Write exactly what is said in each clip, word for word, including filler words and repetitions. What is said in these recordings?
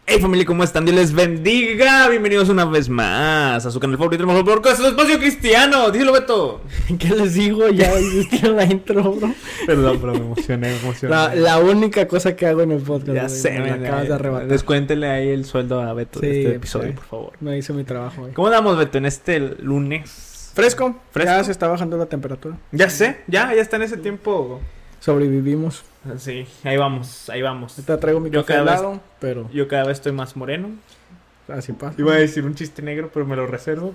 Hey familia, ¿cómo están? Dios les bendiga. Bienvenidos una vez más a su canal favorito, el mejor podcast, el espacio cristiano. Díselo, Beto. ¿Qué les digo? Ya hiciste la intro, bro. Perdón, pero me emocioné, me emocioné. La, la única cosa que hago en el podcast. Ya güey, sé, me me la acabas de arrebatar. Descuéntele ahí el sueldo a Beto Sí, de este episodio, sí. por favor. Me hice mi trabajo, güey. ¿Cómo andamos, Beto, en este lunes? Fresco. ¿Fresco? Ya se está bajando la temperatura. Ya sé, ya, ya está en ese tiempo. Sobrevivimos. Sí, ahí vamos, ahí vamos. Te traigo mi Yo café cada vez- helado, pero Yo cada vez estoy más moreno. así pasa. Iba a decir un chiste negro, pero me lo reservo.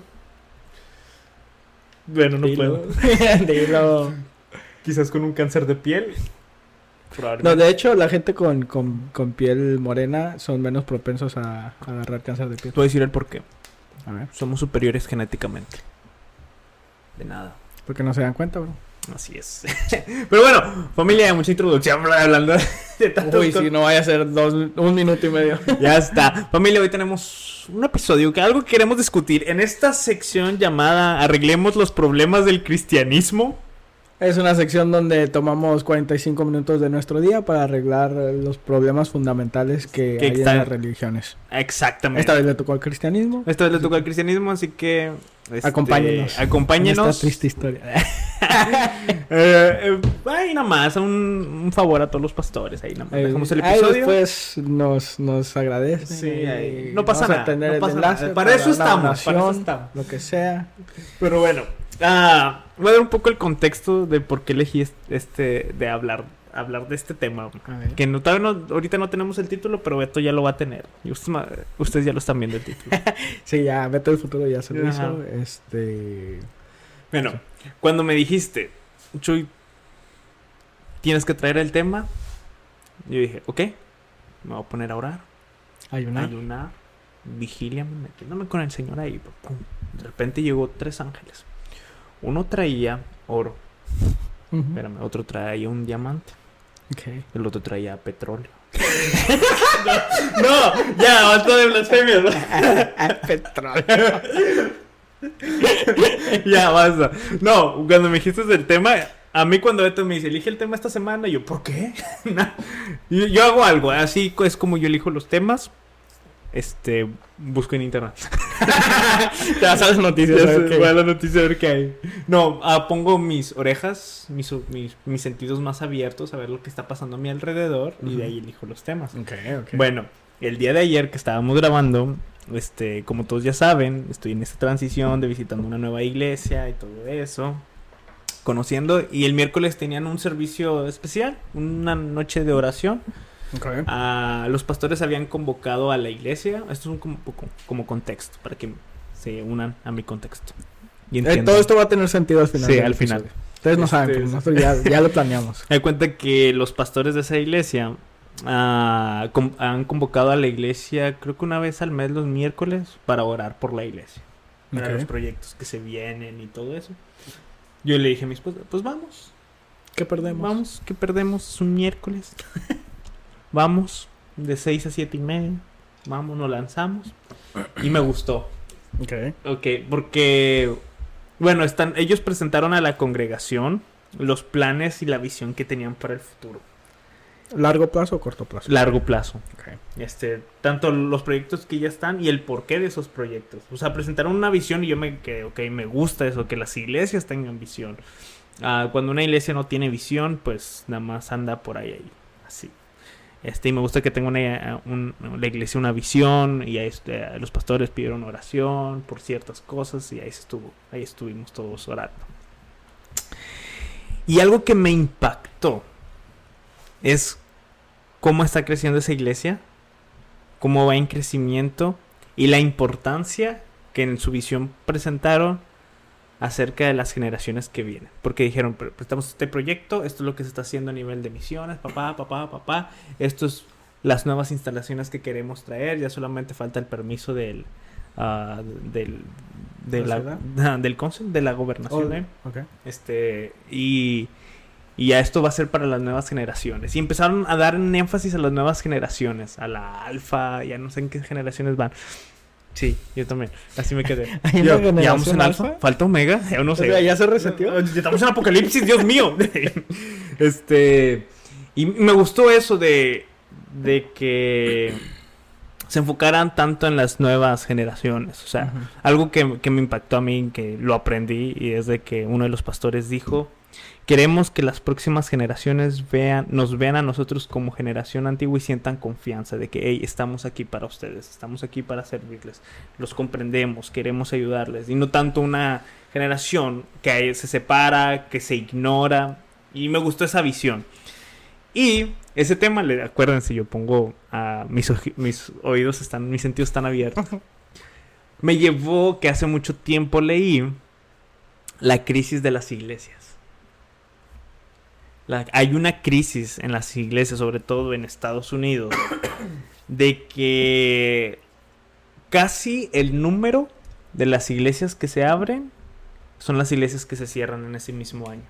Bueno, no Dilo. puedo. Dilo. Quizás con un cáncer de piel. No, Probablemente. de hecho, la gente con, con, con piel morena son menos propensos a, a agarrar cáncer de piel. Te voy a decir el por qué. A ver. Somos superiores genéticamente. De nada. Porque no se dan cuenta, bro. Así es. Pero bueno, familia, mucha introducción hablando de tanto. Uy, si no vaya a ser dos, un minuto y medio. Ya está. Familia, hoy tenemos un episodio que algo que queremos discutir en esta sección llamada Arreglemos los problemas del cristianismo. Es una sección donde tomamos cuarenta y cinco minutos de nuestro día para arreglar los problemas fundamentales que Que hay está- en las religiones. Exactamente. Esta vez le tocó al cristianismo. Esta vez le tocó al cristianismo, así que... este, Acompáñenos. Acompáñenos. En esta triste historia. Eh, eh, ahí nada más, un, un favor a todos los pastores. Ahí nada más. Dejamos el Ahí episodio. después nos, nos agradecen. Sí, y ahí. No pasa vamos a nada, tener no el pasa enlace nada. Para eso una estamos, para eso oración, estamos. Lo que sea. Pero bueno, ah, voy a dar un poco el contexto de por qué elegí est- este, de hablar, hablar de este tema. A ver. Que no, todavía no, ahorita no tenemos el título, pero Beto ya lo va a tener. Y ustedes, ma- ustedes ya lo están viendo el título. Sí, ya, Beto del futuro ya se lo Ajá. hizo. Este. Bueno, cuando me dijiste, Chuy, tienes que traer el tema, yo dije, ok, me voy a poner a orar, Ayunar. ayunar, vigilia, metiéndome con el Señor ahí. Pum. De repente llegó tres ángeles. Uno traía oro, Ujú. espérame, otro traía un diamante, Ok. el otro traía petróleo. no, no, ya, basta de blasfemias. Petróleo. Ya, basta. No, cuando me dijiste del tema, a mí cuando Beto me dice, elige el tema esta semana, yo, ¿por qué? No. yo, yo hago algo, así es como yo elijo los temas. Este, busco en internet. Te vas a las noticias. Ya a ver sé, qué- voy a la noticia a ver qué hay. No, ah, pongo mis orejas, mis, mis, mis sentidos más abiertos a ver lo que está pasando a mi alrededor y de ahí elijo los temas. Ok, ok. Bueno, el día de ayer que estábamos grabando, este, como todos ya saben, estoy en esta transición de visitando una nueva iglesia y todo eso, conociendo, y el miércoles tenían un servicio especial, una noche de oración. Ok. Ah, los pastores habían convocado a la iglesia, esto es un como, como, como contexto, para que se unan a mi contexto. Y Eh, entiendan. todo esto va a tener sentido al final. Sí, del al final. episodio. Ustedes no Este, saben, pero nosotros ya, ya lo planeamos. Me cuenta que los pastores de esa iglesia ah, com- han convocado a la iglesia, creo que una vez al mes los miércoles, para orar por la iglesia. Para Ok. los proyectos que se vienen y todo eso. Yo le dije a mi esposa, pues vamos, ¿Qué perdemos? vamos, ¿qué perdemos? Es un miércoles. Vamos, de seis a siete y media. Vamos, nos lanzamos. Y me gustó. Ok. Ok, porque, bueno, están, ellos presentaron a la congregación los planes y la visión que tenían para el futuro. ¿Largo plazo o corto plazo? Largo plazo. Ok. Este, tanto los proyectos que ya están y el porqué de esos proyectos. O sea, presentaron una visión y yo me quedé, ok, me gusta eso, que las iglesias tengan visión. Ah, cuando una iglesia no tiene visión, pues nada más anda por ahí, ahí así. Este, y me gusta que tenga una, un- la iglesia una visión y ahí, este, los pastores pidieron oración por ciertas cosas y ahí estuvo, ahí estuvimos todos orando. Y algo que me impactó es cómo está creciendo esa iglesia, cómo va en crecimiento y la importancia que en su visión presentaron acerca de las generaciones que vienen. Porque dijeron, "Pre- prestamos este proyecto, esto es lo que se está haciendo a nivel de misiones, papá, papá, papá, esto es las nuevas instalaciones que queremos traer, ya solamente falta el permiso del... ah, del de ¿La la, ciudad? del cónsul de la gobernación, Oh, ¿eh? ok. Este, y, y ya esto va a ser para las nuevas generaciones. Y empezaron a dar un énfasis a las nuevas generaciones, a la alfa, ya no sé en qué generaciones van. Sí, yo también, así me quedé. ¿Hay Yo, una ¿ya vamos en generación alfa? alfa? ¿Falta omega? Yo no O sé. sea, ¿ya se reseteó? Ya estamos en apocalipsis, Dios mío. Este, y me gustó eso de, de que se enfocaran tanto en las nuevas generaciones. O sea, uh-huh. algo que, que me impactó a mí, que lo aprendí, y es de que uno de los pastores dijo: queremos que las próximas generaciones vean, nos vean a nosotros como generación antigua y sientan confianza de que, hey, estamos aquí para ustedes, estamos aquí para servirles, los comprendemos, queremos ayudarles. Y no tanto una generación que se separa, que se ignora. Y me gustó esa visión. Y ese tema, acuérdense, yo pongo a uh, mis, mis oídos están, mis sentidos están abiertos. Me llevó que hace mucho tiempo leí la crisis de las iglesias. La, hay una crisis en las iglesias, sobre todo en Estados Unidos, de que casi el número de las iglesias que se abren son las iglesias que se cierran en ese mismo año.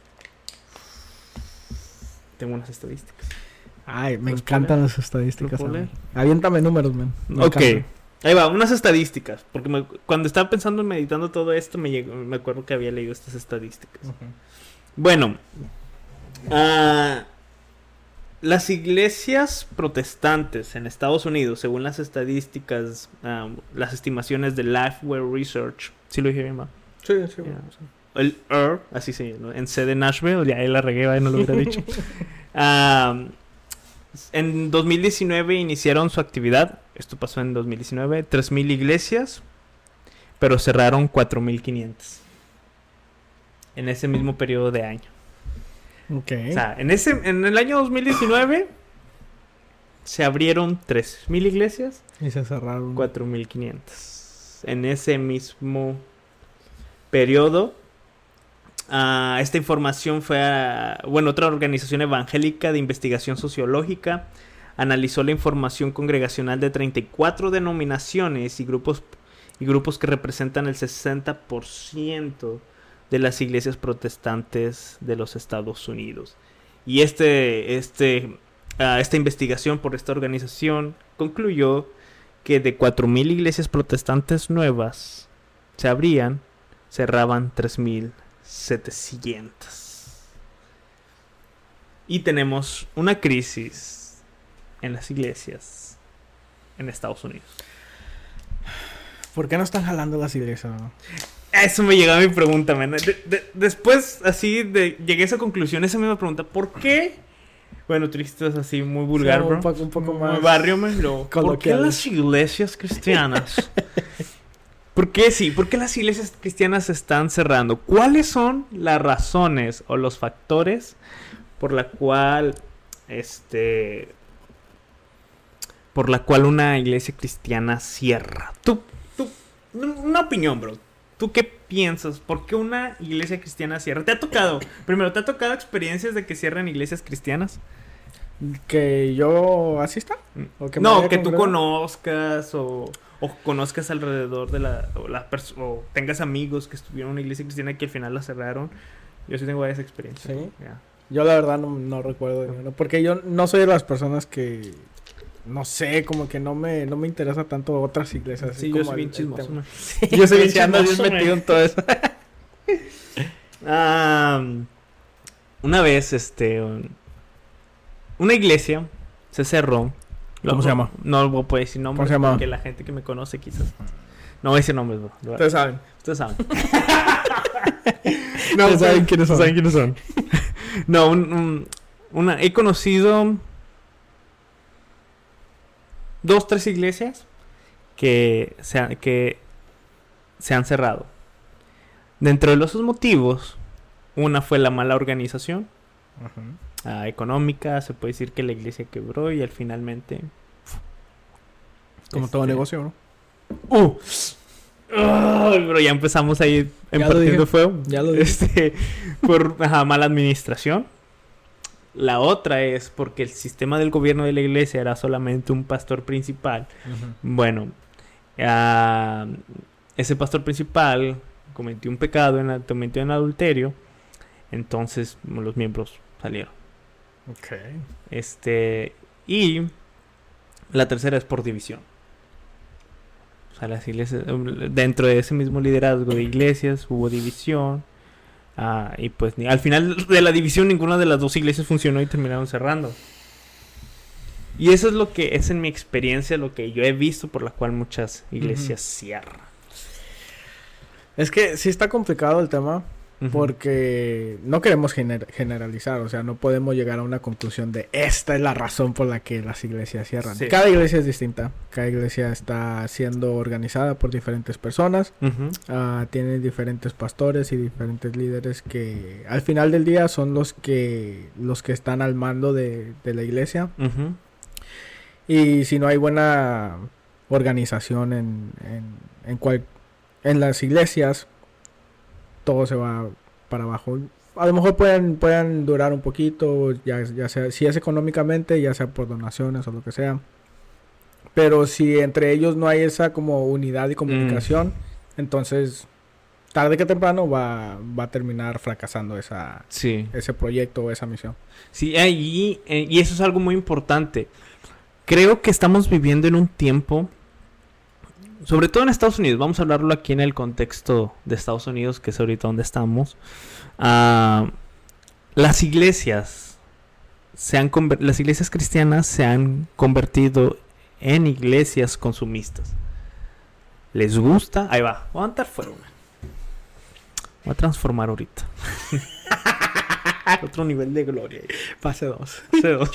Tengo unas estadísticas. Ay, me encantan las estadísticas. Aviéntame números, man. Me ok. Encanta. Ahí va, unas estadísticas. Porque me, cuando estaba pensando en meditando todo esto, me, llegó, me acuerdo que había leído estas estadísticas. Uh-huh. Bueno. Uh, las iglesias protestantes en Estados Unidos, según las estadísticas, um, las estimaciones de Lifeway Research. ¿Sí lo dije bien, ma? Sí, sí. Yeah, o sea, el E R, así se llama, ¿no? En C de Nashville, ya ahí la regué, no lo hubiera dicho. um, en dos mil diecinueve iniciaron su actividad, esto pasó en dos mil diecinueve, tres mil iglesias, pero cerraron cuatro mil quinientas en ese mismo periodo de año. Okay. O sea, en, ese, en el año dos mil diecinueve se abrieron tres mil iglesias y se cerraron cuatro mil quinientas. En ese mismo periodo, uh, esta información fue a, bueno, otra organización evangélica de investigación sociológica analizó la información congregacional de treinta y cuatro denominaciones y grupos, y grupos que representan el sesenta por ciento de las iglesias protestantes de los Estados Unidos. Y este, este, uh, esta investigación por esta organización concluyó que de cuatro mil iglesias protestantes nuevas se abrían, cerraban tres mil setecientas. Y tenemos una crisis en las iglesias en Estados Unidos. ¿Por qué no están jalando las iglesias, no? Eso me llegó a mi pregunta, man. De, de, después, así, de, llegué a esa conclusión, esa misma pregunta. ¿Por qué? Bueno, tú dijiste así muy vulgar, sí, un poco, un poco más... barrio, man, pero ¿por qué las iglesias cristianas? ¿Por qué sí? ¿Por qué las iglesias cristianas se están cerrando? ¿Cuáles son las razones o los factores por la cual, este... por la cual una iglesia cristiana cierra? Tú, tú, una opinión, bro. ¿Tú qué piensas? ¿Por qué una iglesia cristiana cierra? ¿Te ha tocado? Primero, ¿te ha tocado experiencias de que cierran iglesias cristianas? ¿Que yo asista? ¿O que no, que tú conozcas o, o conozcas alrededor de la... O, la pers- o tengas amigos que estuvieron en una iglesia cristiana y que al final la cerraron. Yo sí tengo varias experiencias. ¿Sí? Yeah. Yo la verdad no, no recuerdo de ninguno. Porque yo no soy de las personas que... No sé, como que no me, no me interesa tanto otras iglesias. Sí, yo soy bien chismoso. Sí, yo soy bien chismoso, bien metido en todo eso. um, una vez, este... Un, una iglesia se cerró. ¿Cómo lo, se llama? No voy a poder decir nombres. ¿Cómo se llama? Porque la gente que me conoce quizás... No voy a decir nombres, bro. Ustedes saben. Ustedes saben. no, Ustedes saben quiénes son. ¿Saben quiénes son? No, un, un, una... He conocido... Dos, tres iglesias que se, han, que se han cerrado. Dentro de los motivos, una fue la mala organización uh-huh. uh, económica. Se puede decir que la iglesia quebró y al finalmente... Como este, todo negocio, ¿no? ¡Uh! ¡Oh! Pero ya empezamos ahí impartiendo fuego. Ya lo dije. Este, por ajá, mala administración. La otra es porque el sistema del gobierno de la iglesia era solamente un pastor principal. Uh-huh. Bueno, uh, ese pastor principal cometió un pecado, en, cometió en adulterio. Entonces los miembros salieron. Okay. Este, y la tercera es por división. O sea, las iglesias, dentro de ese mismo liderazgo de iglesias hubo división. Ah, y pues ni, al final de la división ninguna de las dos iglesias funcionó y terminaron cerrando. Y eso es lo que es en mi experiencia, lo que yo he visto por la cual muchas iglesias uh-huh. cierran. Es que sí está complicado el tema. Uh-huh. Porque no queremos gener- generalizar, o sea, no podemos llegar a una conclusión de esta es la razón por la que las iglesias cierran. Sí. Cada iglesia es distinta, cada iglesia está siendo organizada por diferentes personas, uh-huh. uh, tienen diferentes pastores y diferentes líderes que al final del día son los que los que están al mando de, de la iglesia. Uh-huh. Y si no hay buena organización en, en, en, cual, en las iglesias, todo se va para abajo. A lo mejor pueden, pueden durar un poquito, ya, ya sea, si es económicamente, ya sea por donaciones o lo que sea. Pero si entre ellos no hay esa como unidad y comunicación, mm. entonces tarde que temprano va, va a terminar fracasando esa, sí. ese proyecto o esa misión. Sí, y, y eso es algo muy importante. Creo que estamos viviendo en un tiempo, sobre todo en Estados Unidos, vamos a hablarlo aquí en el contexto de Estados Unidos, que es ahorita donde estamos. Uh, las iglesias se han conver- las iglesias cristianas se han convertido en iglesias consumistas. ¿Les gusta? Ahí va. Voy a andar fuera. Voy a transformar ahorita. Otro nivel de gloria. Fase dos. Fase dos.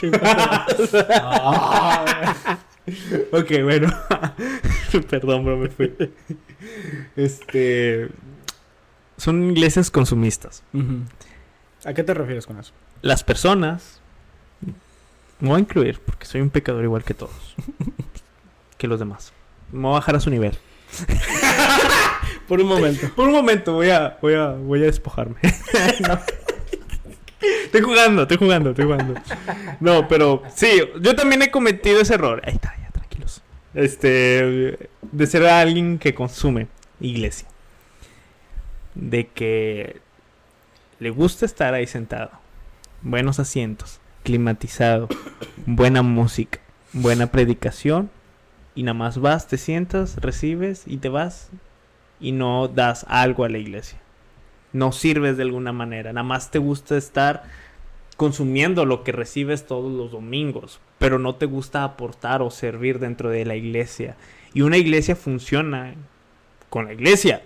Ok, bueno. Perdón, bro, me fui. Este... Son iglesias consumistas. Uh-huh. ¿A qué te refieres con eso? Las personas... Me voy a incluir, porque soy un pecador igual que todos. Que los demás. Me voy a bajar a su nivel. Por un momento. Por un momento voy a... Voy a, voy a despojarme. No. Estoy jugando, estoy jugando, estoy jugando. No, pero... Sí, yo también he cometido ese error. Ahí está, ya, tranquilos. Este... De ser alguien que consume iglesia. De que... Le gusta estar ahí sentado. Buenos asientos. Climatizado. Buena música. Buena predicación. Y nada más vas, te sientas, recibes y te vas. Y no das algo a la iglesia. No sirves de alguna manera. Nada más te gusta estar consumiendo lo que recibes todos los domingos. Pero no te gusta aportar o servir dentro de la iglesia. Y una iglesia funciona con la iglesia.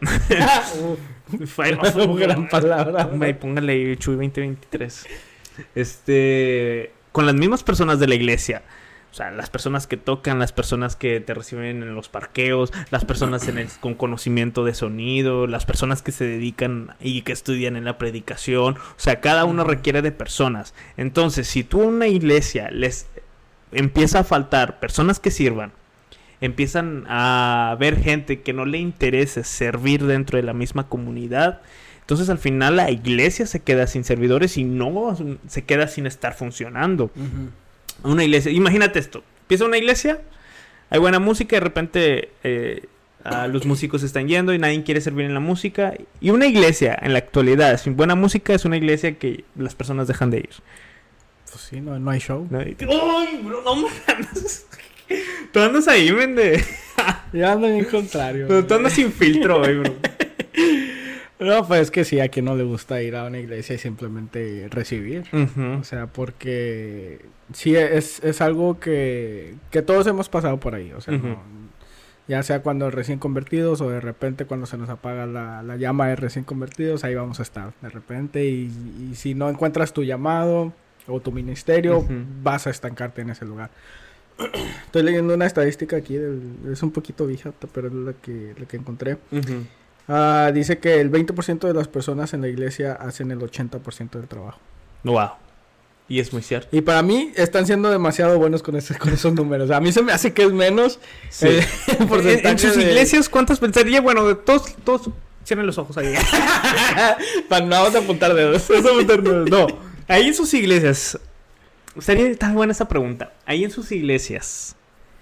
Fue una gran palabra. Póngale Chuy veinte veintitrés. Este... Con las mismas personas de la iglesia. O sea, las personas que tocan, las personas que te reciben en los parqueos, las personas en el, con conocimiento de sonido, las personas que se dedican y que estudian en la predicación. O sea, cada uno requiere de personas. Entonces, si tú a una iglesia les empieza a faltar personas que sirvan, empiezan a ver gente que no le interese servir dentro de la misma comunidad, entonces al final la iglesia se queda sin servidores y no se queda sin estar funcionando. Uh-huh. Una iglesia, imagínate esto, empieza una iglesia, hay buena música y de repente eh, uh, los músicos están yendo y nadie quiere servir en la música. Y una iglesia en la actualidad sin buena música es una iglesia que las personas dejan de ir. Pues sí, no, no hay show. No hay... ¡Ay, bro! No me andas... Tú andas ahí, vende. Yo ando en el contrario. Pero tú andas sin filtro, güey, bro. No, pues es que sí, a quien no le gusta ir a una iglesia y simplemente recibir. Uh-huh. O sea, porque sí es, es algo que, que todos hemos pasado por ahí. O sea, uh-huh. no, ya sea cuando recién convertidos o de repente cuando se nos apaga la, la llama de recién convertidos, ahí vamos a estar de repente. Y, y si no encuentras tu llamado o tu ministerio, uh-huh. vas a estancarte en ese lugar. Estoy leyendo una estadística aquí, del, es un poquito vieja, pero es la que, la que encontré. Uh-huh. Uh, dice que el veinte por ciento de las personas en la iglesia hacen el ochenta por ciento del trabajo. Wow. Y es muy cierto. Y para mí están siendo demasiado buenos con, ese, con esos números. A mí se me hace que es menos. Sí. Eh, el porcentaje en, en sus de... iglesias, ¿cuántos pensaría? Bueno, todos, todos cierren los ojos ahí. Para no vamos a apuntar dedos. Vamos a apuntar dedos. No. Ahí en sus iglesias. Sería tan buena esa pregunta. Ahí en sus iglesias.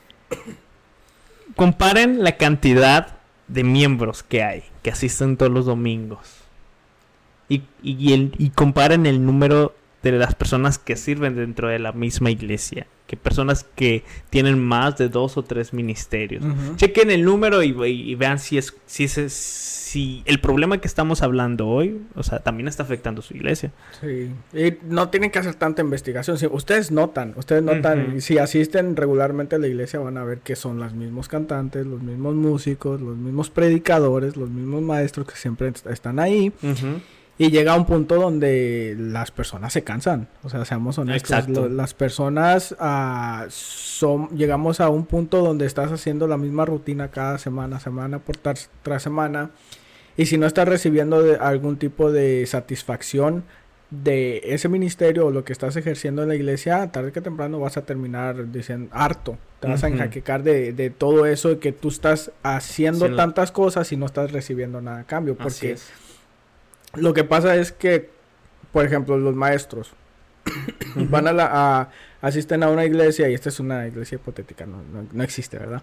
Comparen la cantidad de miembros que hay, que asisten todos los domingos. Y, y, el, y comparen el número de las personas que sirven dentro de la misma iglesia, que personas que tienen más de dos o tres ministerios. Uh-huh. Chequen el número y, y, y vean si es si es si el problema que estamos hablando hoy, o sea, también está afectando su iglesia. Sí, y no tienen que hacer tanta investigación. Si ustedes notan, ustedes notan, uh-huh. si asisten regularmente a la iglesia van a ver que son los mismos cantantes, los mismos músicos, los mismos predicadores, los mismos maestros que siempre est- están ahí. Uh-huh. Y llega a un punto donde las personas se cansan. O sea, seamos honestos. Lo, las personas uh, son... Llegamos a un punto donde estás haciendo la misma rutina cada semana, semana por tras, tras semana. Y si no estás recibiendo de algún tipo de satisfacción de ese ministerio o lo que estás ejerciendo en la iglesia, tarde que temprano vas a terminar diciendo harto. Te vas uh-huh. a enjaquecar de, de todo eso y que tú estás haciendo sí, tantas no. cosas y no estás recibiendo nada a cambio. Porque... Lo que pasa es que, por ejemplo, los maestros uh-huh. van a la, a, asisten a una iglesia, y esta es una iglesia hipotética, no, no, no existe, ¿verdad?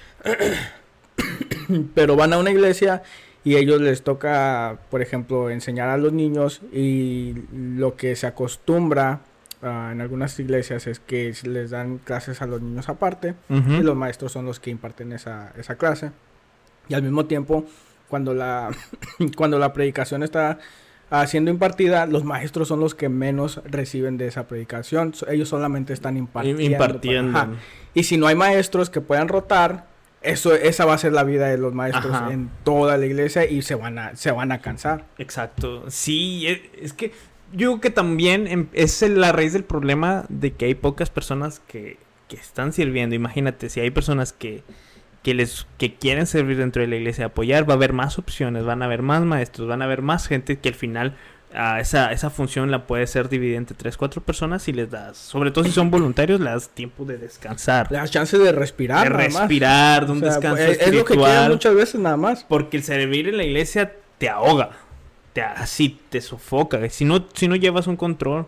Pero van a una iglesia y ellos les toca, por ejemplo, enseñar a los niños, y lo que se acostumbra uh, en algunas iglesias es que les dan clases a los niños aparte, uh-huh. y los maestros son los que imparten esa, esa clase. Y al mismo tiempo... Cuando la cuando la predicación está uh, siendo impartida, los maestros son los que menos reciben de esa predicación. Ellos solamente están impartiendo. Impartiendo. Para, y si no hay maestros que puedan rotar, eso esa va a ser la vida de los maestros ajá. en toda la iglesia, y se van a se van a cansar. Exacto. Sí, es, es que yo creo que también es la raíz del problema de que hay pocas personas que, que están sirviendo. Imagínate, si hay personas que que les que quieren servir dentro de la iglesia, apoyar, va a haber más opciones, van a haber más maestros, van a haber más gente que al final uh, esa esa función la puede ser dividida entre tres, cuatro personas, y les das, sobre todo si son voluntarios, les das tiempo de descansar. Le das chance de respirar, de respirar, más. de un o sea, descanso es, espiritual. Es lo que quieren muchas veces nada más. Porque el servir en la iglesia te ahoga, te así te sofoca. Si no si no llevas un control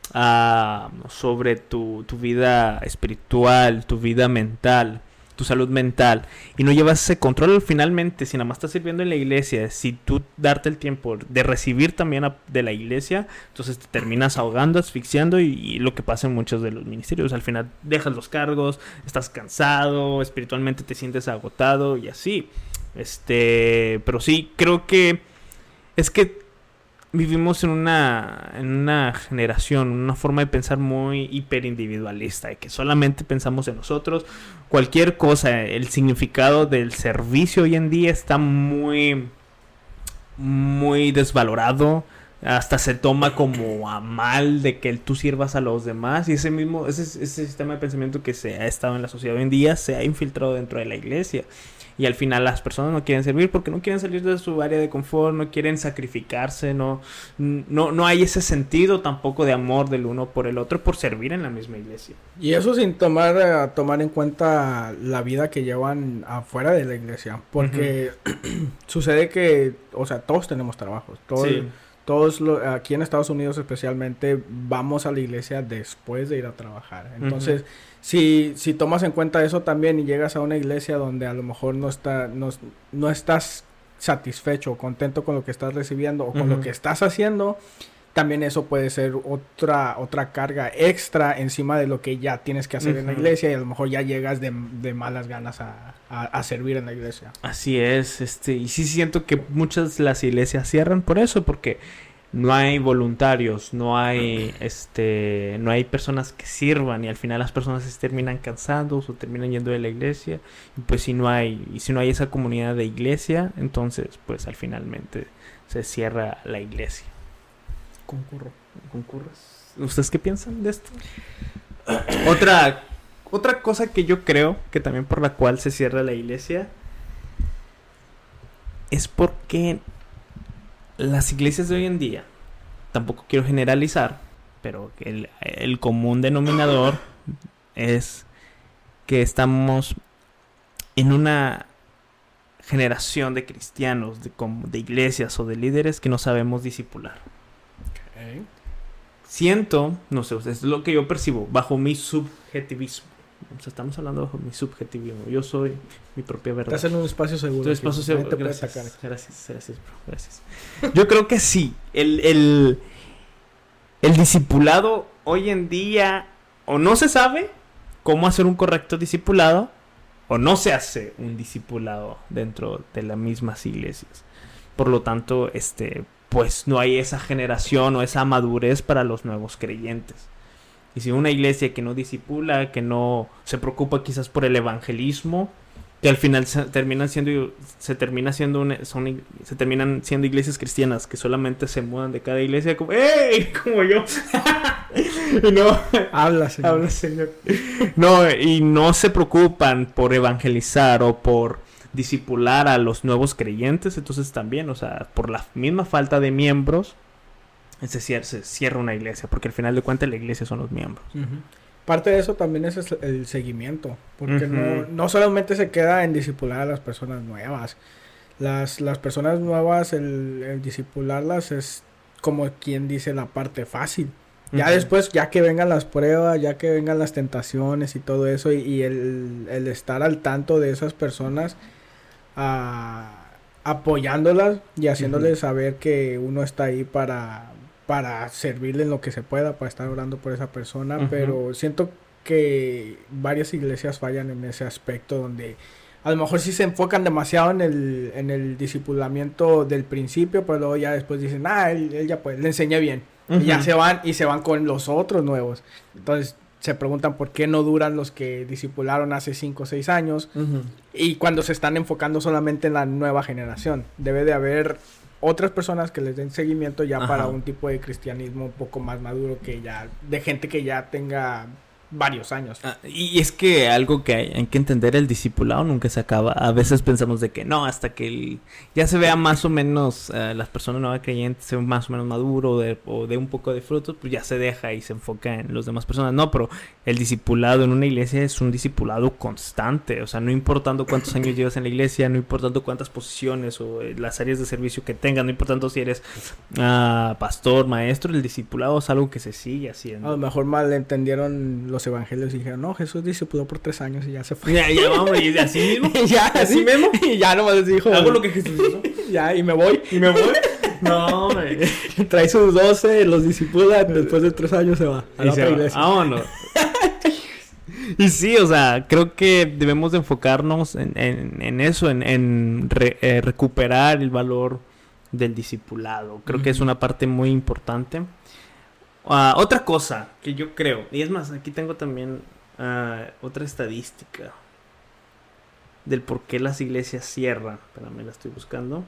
uh, sobre tu tu vida espiritual, tu vida mental, tu salud mental, y no llevas ese control finalmente, si nada más estás sirviendo en la iglesia, si tú darte el tiempo de recibir también a, de la iglesia, entonces te terminas ahogando, asfixiando, y, y lo que pasa en muchos de los ministerios, al final dejas los cargos, estás cansado, espiritualmente te sientes agotado y así. Este, pero sí, creo que es que vivimos en una en una generación, una forma de pensar muy hiperindividualista, de que solamente pensamos en nosotros. Cualquier cosa, el significado del servicio hoy en día está muy muy desvalorado, hasta se toma como a mal de que tú sirvas a los demás, y ese mismo ese, ese sistema de pensamiento que se ha estado en la sociedad hoy en día se ha infiltrado dentro de la iglesia. Y al final las personas no quieren servir porque no quieren salir de su área de confort, no quieren sacrificarse, no, no, no hay ese sentido tampoco de amor del uno por el otro por servir en la misma iglesia. Y eso sin tomar, uh, tomar en cuenta la vida que llevan afuera de la iglesia. Porque uh-huh. sucede que, o sea, todos tenemos trabajos. Todos, sí. todos lo, aquí en Estados Unidos especialmente vamos a la iglesia después de ir a trabajar. Entonces... Uh-huh. Si, si tomas en cuenta eso también y llegas a una iglesia donde a lo mejor no está no, no estás satisfecho o contento con lo que estás recibiendo o con uh-huh. lo que estás haciendo, también eso puede ser otra otra carga extra encima de lo que ya tienes que hacer uh-huh. en la iglesia, y a lo mejor ya llegas de, de malas ganas a, a, a servir en la iglesia. Así es, este y sí siento que muchas de las iglesias cierran por eso, porque no hay voluntarios, no hay este no hay personas que sirvan, y al final las personas se terminan cansando o terminan yendo de la iglesia, y pues si no hay y si no hay esa comunidad de iglesia, entonces pues al finalmente se cierra la iglesia. Concurro. ¿Concurres? ¿Ustedes qué piensan de esto? otra otra cosa que yo creo que también por la cual se cierra la iglesia es porque las iglesias de hoy en día, tampoco quiero generalizar, pero el, el común denominador es que estamos en una generación de cristianos, de, de iglesias o de líderes que no sabemos discipular. Okay. Siento, no sé, es lo que yo percibo bajo mi subjetivismo. O sea, estamos hablando bajo mi subjetivismo. Yo soy mi propia verdad. Estás en un espacio seguro. Un espacio seguro. Gracias, gracias, gracias, bro. Gracias. Yo creo que sí. El, el, el discipulado hoy en día o no se sabe cómo hacer un correcto discipulado o no se hace un discipulado dentro de las mismas iglesias. Por lo tanto, este, pues no hay esa generación o esa madurez para los nuevos creyentes. Y si una iglesia que no discipula, que no se preocupa quizás por el evangelismo, que al final se terminan siendo se termina siendo una, son, se terminan siendo iglesias cristianas que solamente se mudan de cada iglesia como ¡ey! Como yo. Y no habla señor. Habla señor. No, y no se preocupan por evangelizar o por discipular a los nuevos creyentes, entonces también, o sea, por la misma falta de miembros se cierra, se cierra una iglesia, porque al final de cuentas la iglesia son los miembros. Uh-huh. Parte de eso también es el seguimiento, porque uh-huh. no, no solamente se queda en discipular a las personas nuevas. Las, las personas nuevas, el, el discipularlas es como quien dice la parte fácil. Ya uh-huh. después, ya que vengan las pruebas, ya que vengan las tentaciones y todo eso, y, y el, el estar al tanto de esas personas, uh, apoyándolas y haciéndoles uh-huh. saber que uno está ahí para... para servirle en lo que se pueda, para estar orando por esa persona, uh-huh. pero siento que varias iglesias fallan en ese aspecto donde a lo mejor sí se enfocan demasiado en el, en el discipulamiento del principio, pero luego ya después dicen, ah, él, él ya pues, le enseñé bien, uh-huh. y ya se van, y se van con los otros nuevos. Entonces se preguntan por qué no duran los que discipularon hace cinco o seis años, uh-huh. y cuando se están enfocando solamente en la nueva generación. Debe de haber otras personas que les den seguimiento ya Ajá. para un tipo de cristianismo un poco más maduro, que ya de gente que ya tenga varios años. Ah, y es que algo que hay, hay que entender, el discipulado nunca se acaba. A veces pensamos de que no, hasta que el, ya se vea más o menos uh, las personas nuevas creyentes se ven más o menos maduro de, o de un poco de frutos, pues ya se deja y se enfoca en las demás personas. No, pero el discipulado en una iglesia es un discipulado constante. O sea, no importando cuántos años llevas en la iglesia, no importando cuántas posiciones o eh, las áreas de servicio que tengas, no importando si eres uh, pastor, maestro, el discipulado es algo que se sigue haciendo. A lo mejor mal entendieron los evangelios y dijeron, no, Jesús discipuló por tres años y ya se fue. Ya, ya, vamos, y así mismo. ya, así mismo. Y ya nomás les dijo, hago lo que Jesús hizo. Ya, y me voy. Y me voy. No, hombre. Trae sus doce, los disipula, después de tres años se va a la otra iglesia. Vámonos. Y sí, o sea, creo que debemos de enfocarnos en, en, en eso, en, en re, eh, recuperar el valor del discipulado. Creo uh-huh. que es una parte muy importante. Uh, otra cosa que yo creo, y es más, aquí tengo también uh, otra estadística del por qué las iglesias cierran. Espérame, la estoy buscando.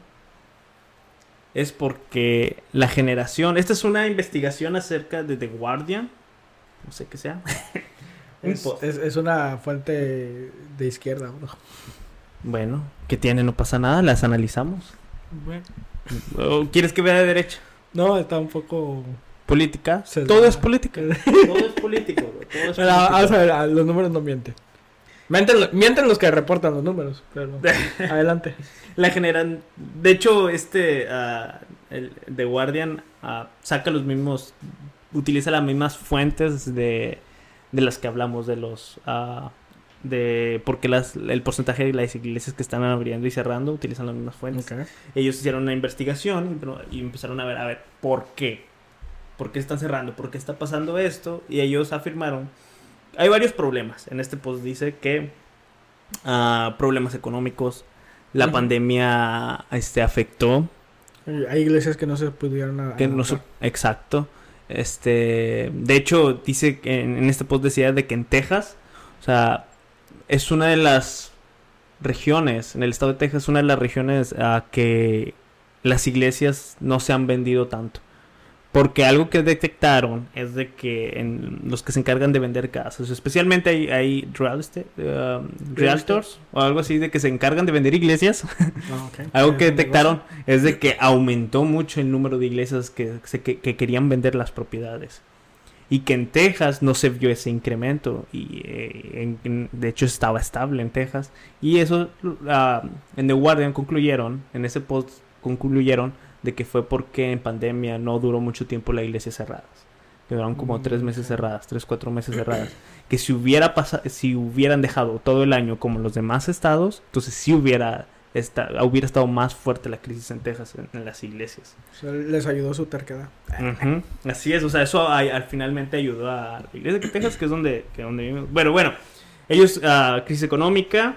Es porque la generación... Esta es una investigación acerca de The Guardian. No sé qué sea. es, es, es una fuente de izquierda, bro. Bueno, ¿qué tiene? No pasa nada, las analizamos. Bueno. ¿O quieres que vea de derecha? No, está un poco... política. Se todo da. Es política. Todo es político, bro. Todo es Pero, vamos a ver, los números no mienten. Mienten, mienten los que reportan los números, pero adelante. La generan, de hecho, este uh, el The Guardian uh, saca los mismos, utiliza las mismas fuentes de, de las que hablamos de los uh, de porque las el porcentaje de las iglesias que están abriendo y cerrando utilizan las mismas fuentes. Okay. Ellos hicieron una investigación y, y empezaron a ver a ver por qué. ¿Por qué están cerrando? ¿Por qué está pasando esto? Y ellos afirmaron... Hay varios problemas. En este post dice que... Uh, problemas económicos. La uh-huh. pandemia este, afectó. Hay iglesias que no se pudieron... A, que no se, exacto. Este, de hecho, dice que en, en este post decía de que en Texas... O sea, es una de las regiones... En el estado de Texas es una de las regiones... Uh, que las iglesias no se han vendido tanto. Porque algo que detectaron es de que en los que se encargan de vender casas, especialmente hay, hay real estate, uh, realtors o algo así, de que se encargan de vender iglesias. Oh, okay. Algo que detectaron es de que aumentó mucho el número de iglesias que, que, que querían vender las propiedades. Y que en Texas no se vio ese incremento. Y eh, en, en, de hecho estaba estable en Texas. Y eso uh, en The Guardian concluyeron, en ese post concluyeron de que fue porque en pandemia no duró mucho tiempo la iglesia cerradas. Duraron como mm, tres meses cerradas, tres, cuatro meses cerradas. Que si hubiera pasado, si hubieran dejado todo el año como los demás estados, entonces sí hubiera esta, hubiera estado más fuerte la crisis en Texas, en, en las iglesias. O sea, les ayudó su terquedad. Uh-huh. Así es, o sea, eso a, al finalmente ayudó a la iglesia de Texas, que es donde, que donde vivimos. Bueno, bueno, ellos, uh, crisis económica,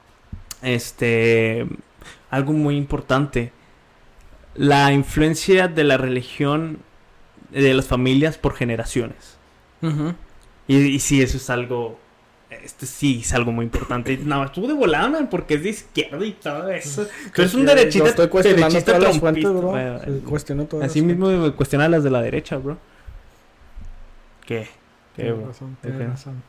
este, algo muy importante, la influencia de la religión de las familias por generaciones. Uh-huh. Y, y sí, eso es algo, este sí es algo muy importante. Nada más, tú de volada, man, porque es de izquierda y todo eso. Tú eres un derechista, yo estoy cuestionando derechista todas las fuentes, bro. Bueno, Sí, cuestiono todas así las mismo fuentes. cuestiona las de la derecha, bro. ¿Qué? ¿Qué, Tienes bro? razón, ¿De tienes qué? razón.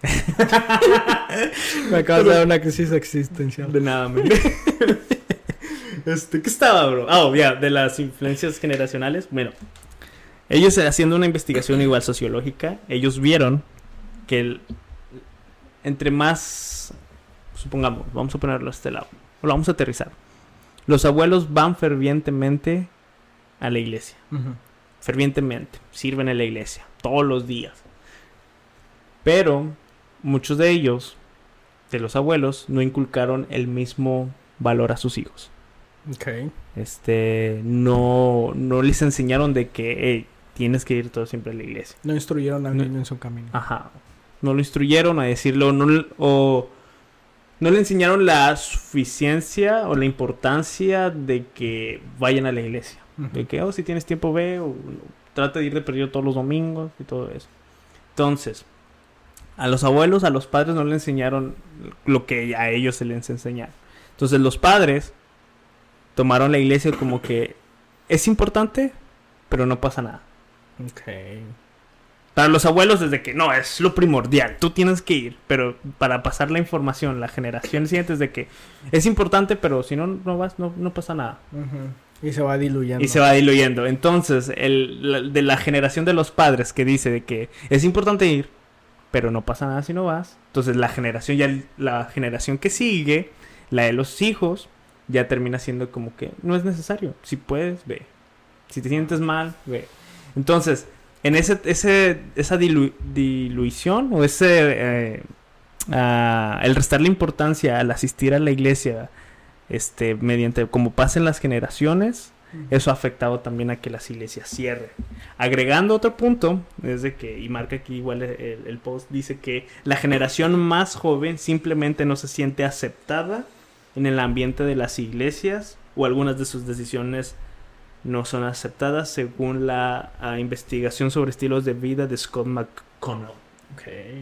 Me acabas de dar una crisis existencial. De nada, man. Este, ¿qué estaba, bro? Ah, oh, ya, yeah, de las influencias generacionales. Bueno, ellos haciendo una investigación igual sociológica, ellos vieron que el, entre más, supongamos, vamos a ponerlo a este lado, o lo vamos a aterrizar. Los abuelos van fervientemente a la iglesia. Uh-huh. Fervientemente. Sirven en la iglesia. Todos los días. Pero muchos de ellos, de los abuelos, no inculcaron el mismo valor a sus hijos. Okay. Este, no, no les enseñaron de que hey, tienes que ir todo siempre a la iglesia. No instruyeron al No. niño en su camino. Ajá. No lo instruyeron a decirlo, no, o no le enseñaron la suficiencia o la importancia de que vayan a la iglesia. Uh-huh. De que, oh, si tienes tiempo ve, o, o trata de ir de perdido todos los domingos y todo eso. Entonces, a los abuelos, a los padres no le enseñaron lo que a ellos se les enseñaron. Entonces, los padres tomaron la iglesia como que es importante, pero no pasa nada. Okay. Para los abuelos desde que no, es lo primordial, tú tienes que ir, pero para pasar la información, la generación siguiente es de que es importante, pero si no, no vas, no, no pasa nada. Uh-huh. Y se va diluyendo. Y se va diluyendo. Entonces, el, la, de la generación de los padres que dice de que es importante ir, pero no pasa nada si no vas. Entonces, la generación ya, la generación que sigue, la de los hijos, ya termina siendo como que no es necesario. Si puedes, ve. Si te sientes mal, ve. Entonces, en ese, ese, esa dilu, diluición o ese, eh, uh, el restarle importancia al asistir a la iglesia, este, mediante, como pasen las generaciones, uh-huh. Eso ha afectado también a que las iglesias cierren. Agregando otro punto, es de que, y marca aquí igual el, el post, dice que la generación más joven simplemente no se siente aceptada en el ambiente de las iglesias o algunas de sus decisiones no son aceptadas según la uh, investigación sobre estilos de vida de Scott McConnell. Okay.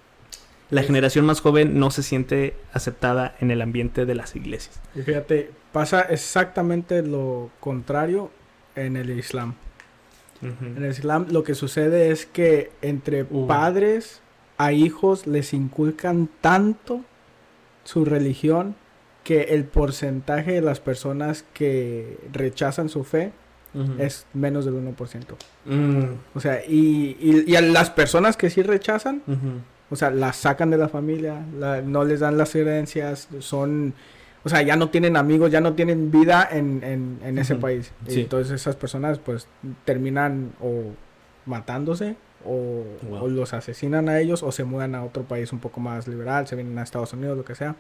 La generación más joven no se siente aceptada en el ambiente de las iglesias. Y fíjate, pasa exactamente lo contrario en el Islam. Uh-huh. En el Islam lo que sucede es que entre uh. padres a hijos les inculcan tanto su religión que el porcentaje de las personas que rechazan su fe uh-huh. es menos del uno por ciento. Uh-huh. O sea, y, y, y a las personas que sí rechazan, uh-huh. o sea, las sacan de la familia, la, no les dan las herencias, son, o sea, ya no tienen amigos, ya no tienen vida en, en, en uh-huh. ese país. Sí. Y entonces esas personas pues terminan o matándose o, wow. o los asesinan a ellos o se mudan a otro país un poco más liberal, se vienen a Estados Unidos, lo que sea.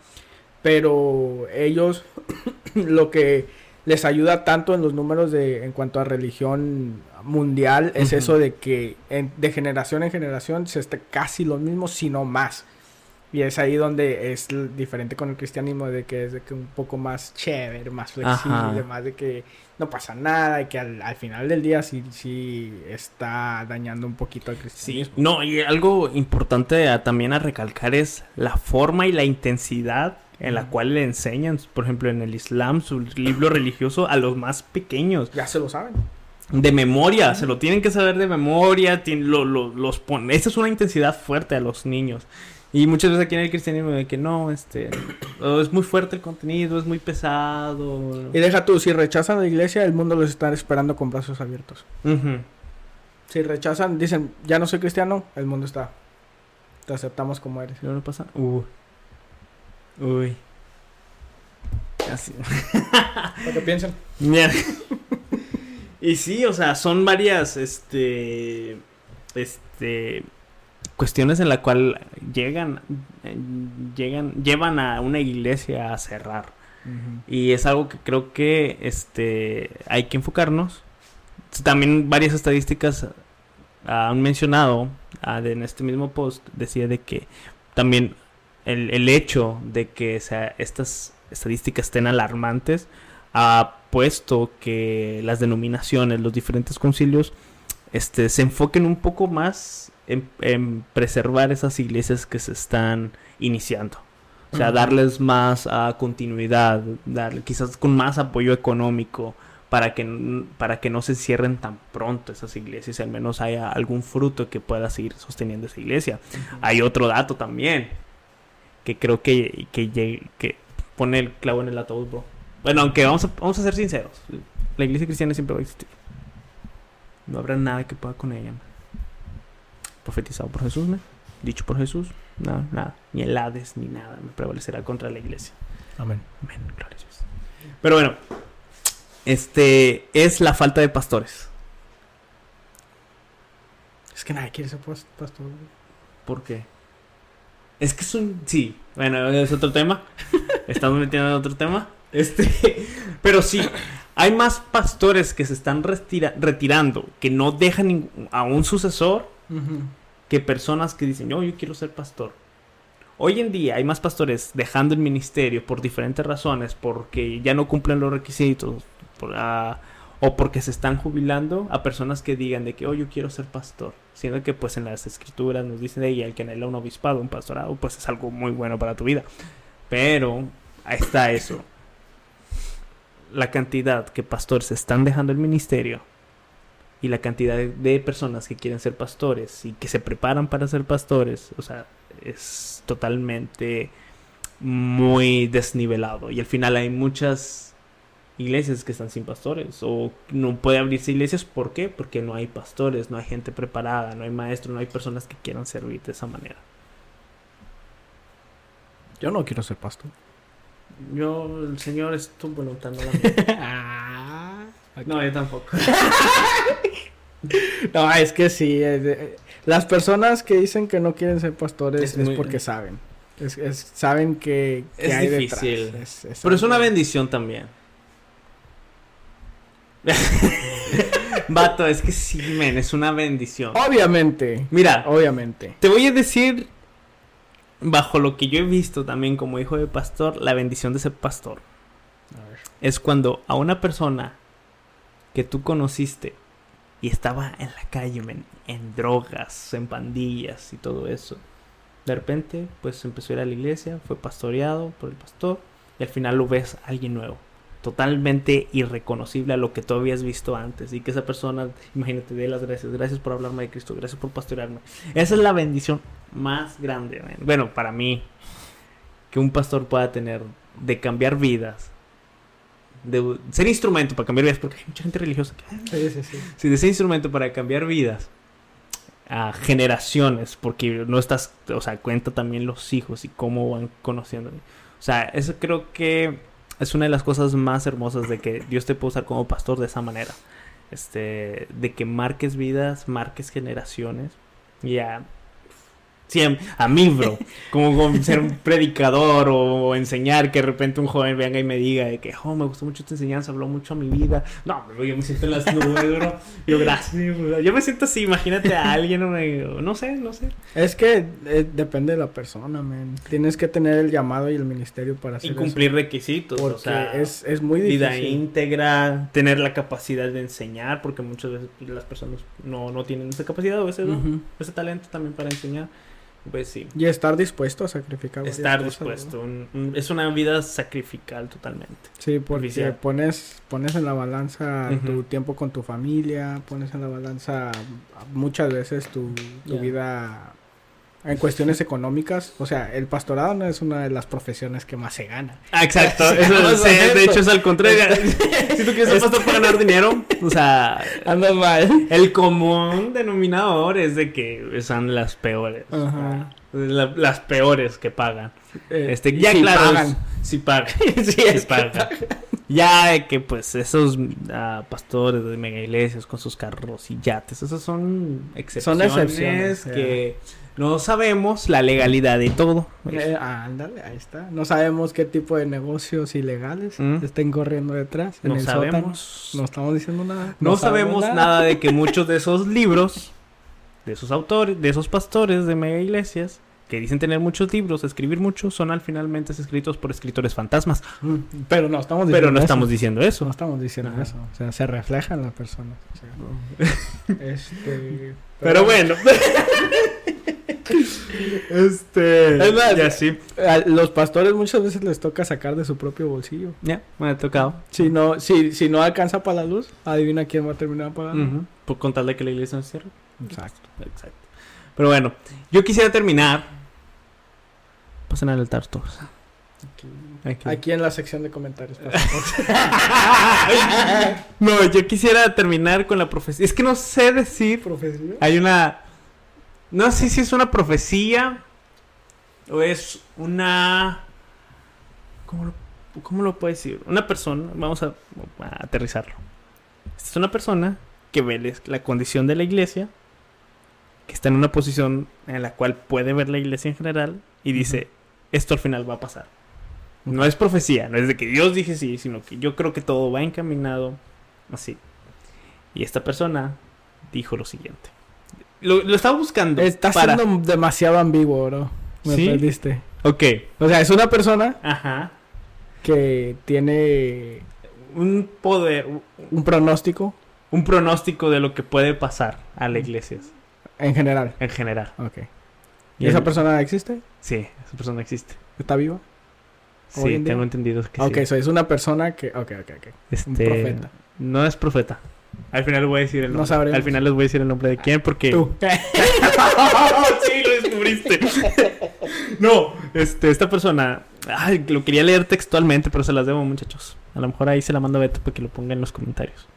Pero ellos lo que les ayuda tanto en los números de en cuanto a religión mundial es uh-huh. eso de que en, de generación en generación se está casi lo mismo, sino más. Y es ahí donde es diferente con el cristianismo, de que es de que un poco más chévere, más flexible, Ajá. más de que no pasa nada y que al, al final del día sí, sí está dañando un poquito al cristianismo. Sí. No, y algo importante a, también a recalcar es la forma y la intensidad en la cual le enseñan, por ejemplo, en el Islam, su libro religioso a los más pequeños. Ya se lo saben. De memoria, se lo tienen que saber de memoria, tienen, lo, lo, los pon... Esa es una intensidad fuerte a los niños. Y muchas veces aquí en el cristianismo de que no, este, oh, es muy fuerte el contenido, es muy pesado. Y deja tú, si rechazan la iglesia, el mundo los está esperando con brazos abiertos. Uh-huh. Si rechazan, dicen, ya no soy cristiano, el mundo está, te aceptamos como eres. ¿Y no pasa? Uh. Uy. Así. Para que piensen. Y sí, o sea, son varias, este, este, cuestiones en la cual llegan, llegan, llevan a una iglesia a cerrar. Uh-huh. Y es algo que creo que este hay que enfocarnos. También varias estadísticas han mencionado uh, en este mismo post, decía de que también el, el hecho de que o sea, estas estadísticas estén alarmantes ha puesto que las denominaciones, los diferentes concilios este, se enfoquen un poco más en, en preservar esas iglesias que se están iniciando. O sea, uh-huh. darles más uh, continuidad, dar, quizás con más apoyo económico para que, para que no se cierren tan pronto esas iglesias y al menos haya algún fruto que pueda seguir sosteniendo esa iglesia. Uh-huh. Hay otro dato también que creo que, que, que, que pone el clavo en el ataúd, bro. Bueno, aunque vamos a, vamos a ser sinceros, la iglesia cristiana siempre va a existir. No habrá nada que pueda con ella, man. Profetizado por Jesús, man. Dicho por Jesús, nada, nada. Ni el Hades, ni nada me prevalecerá contra la iglesia. Amén. Amén, gloria a Dios. Pero bueno, este es la falta de pastores. Es que nadie quiere ser pastor. ¿Por qué? Es que es un... Sí, bueno, es otro tema. Estamos metiendo en otro tema. Este, pero sí, hay más pastores que se están retira- retirando, que no dejan ningún, a un sucesor, uh-huh. que personas que dicen, yo, yo quiero ser pastor. Hoy en día hay más pastores dejando el ministerio por diferentes razones, porque ya no cumplen los requisitos, por, uh, o porque se están jubilando, a personas que digan de que, oh, yo quiero ser pastor. Siendo que pues en las escrituras nos dicen de ella, el que anhela un obispado, un pastorado, pues es algo muy bueno para tu vida. Pero ahí está eso. La cantidad que pastores están dejando el ministerio y la cantidad de, de personas que quieren ser pastores y que se preparan para ser pastores, o sea, es totalmente muy desnivelado. Y al final hay muchas iglesias que están sin pastores o no puede abrirse iglesias. ¿Por qué? Porque no hay pastores, no hay gente preparada, no hay maestros, no hay personas que quieran servir de esa manera. Yo no quiero ser pastor. Yo, el Señor es tu voluntad, no la mía. ah, okay. No, yo tampoco. No, es que sí. Eh, las personas que dicen que no quieren ser pastores es, es muy... porque saben. Es, es, saben que, que es hay difícil. detrás. Es, es Pero es una bendición también. Vato, es que sí, men, es una bendición. Obviamente. Mira, obviamente. Te voy a decir, bajo lo que yo he visto también como hijo de pastor, la bendición de ser pastor. A ver. Es cuando a una persona que tú conociste y estaba en la calle, men, en drogas, en pandillas y todo eso, de repente, pues empezó a ir a la iglesia, fue pastoreado por el pastor y al final lo ves a alguien nuevo. Totalmente irreconocible a lo que tú habías visto antes. Y que esa persona, imagínate, dé las gracias. Gracias por hablarme de Cristo. Gracias por pastorearme. Esa es la bendición más grande, man. Bueno, para mí, que un pastor pueda tener de cambiar vidas. De ser instrumento para cambiar vidas. Porque hay mucha gente religiosa que... Sí, sí, sí. Sí, de ser instrumento para cambiar vidas. A generaciones. Porque no estás... O sea, cuenta también los hijos y cómo van conociendo. O sea, eso creo que... es una de las cosas más hermosas de que Dios te puede usar como pastor de esa manera. Este, de que marques vidas, marques generaciones. Y a, sí, a, a mí, bro. Como, como ser un predicador o, o enseñar, que de repente un joven venga y me diga de que, oh, me gustó mucho tu enseñanza, habló mucho a mi vida. No, bro, yo me siento en las nubes, bro. Yo, gracias, bro. Yo me siento así, imagínate a alguien, o me, no sé, no sé. Es que eh, depende de la persona, man. Tienes que tener el llamado y el ministerio para hacer y cumplir eso. requisitos. Porque o sea, es, es muy difícil. Vida íntegra, tener la capacidad de enseñar, porque muchas veces las personas no, no tienen esa capacidad, o ese, ¿no? uh-huh. ese talento también para enseñar. Pues sí. Y estar dispuesto a sacrificar. Estar cosas, dispuesto. Un, un, es una vida sacrificial totalmente. Sí, porque Oficial. pones pones en la balanza uh-huh. tu tiempo con tu familia, pones en la balanza muchas veces tu, tu yeah. vida en cuestiones económicas. O sea, el pastorado no es una de las profesiones que más se gana. Ah, exacto. Eso, sí, de hecho es al contrario. Si tú quieres ser pastor para ganar dinero, o sea, andas mal. El común denominador es de que son las peores. Ajá. La, las peores que pagan. Eh, este, ya si claro, pagan. Si pagan. sí, si es pagan. pagan. Ya que pues esos uh, pastores de mega iglesias con sus carros y yates, esas son excepciones, son excepciones que No sabemos la legalidad de todo. Eh, ándale, ahí está. No sabemos qué tipo de negocios ilegales Mm. estén corriendo detrás. En No el sabemos. sótano. No estamos diciendo nada. No, sabemos nada. de que muchos de esos libros, de esos autores, de esos pastores de mega iglesias, que dicen tener muchos libros, escribir muchos, son al finalmente escritos por escritores fantasmas. Mm, Pero no estamos diciendo Pero no eso. estamos diciendo eso. No estamos diciendo Ajá. eso. O sea, se refleja en las personas. O sea, este... Pero bueno. este. Es más, y así. A los pastores muchas veces les toca sacar de su propio bolsillo. Ya, me ha tocado. Si no, si, si no alcanza para la luz, adivina quién va a terminar pagando. Ujú. Por contarle que la iglesia no se cierra. Exacto. Exacto. Pero bueno, yo quisiera terminar. Pasen al altar todos. Aquí. Aquí en la sección de comentarios. No, yo quisiera terminar con la profecía. Es que no sé decir. ¿Profecía? Hay una. No sé si es una profecía o es una. ¿Cómo lo, cómo lo puedo decir? Una persona. Vamos a, a aterrizarlo. Esta es una persona que ve la condición de la iglesia, que está en una posición en la cual puede ver la iglesia en general y dice: uh-huh. Esto al final va a pasar. No es profecía, no es de que Dios dije sí, sino que yo creo que todo va encaminado así. Y esta persona dijo lo siguiente. Lo, lo estaba buscando. Está para... siendo demasiado ambiguo, bro. Me ¿Sí? perdiste. Ok. O sea, es una persona Ajá. que tiene un poder, un pronóstico. Un pronóstico de lo que puede pasar a la iglesia. En general. En general. Ok. ¿Y esa el... persona existe? Sí, esa persona existe. ¿Está viva? Sí, tengo entendido que okay, sí. Ok, so es una persona que... Ok, ok, ok. Este... Un profeta. No es profeta. Al final les voy a decir el nombre. No sabremos. Al final les voy a decir el nombre de quién porque... Tú. Sí, lo descubriste. No, este, esta persona... Ay, lo quería leer textualmente, pero se las debo, muchachos. A lo mejor ahí se la mando a Beto para que lo ponga en los comentarios.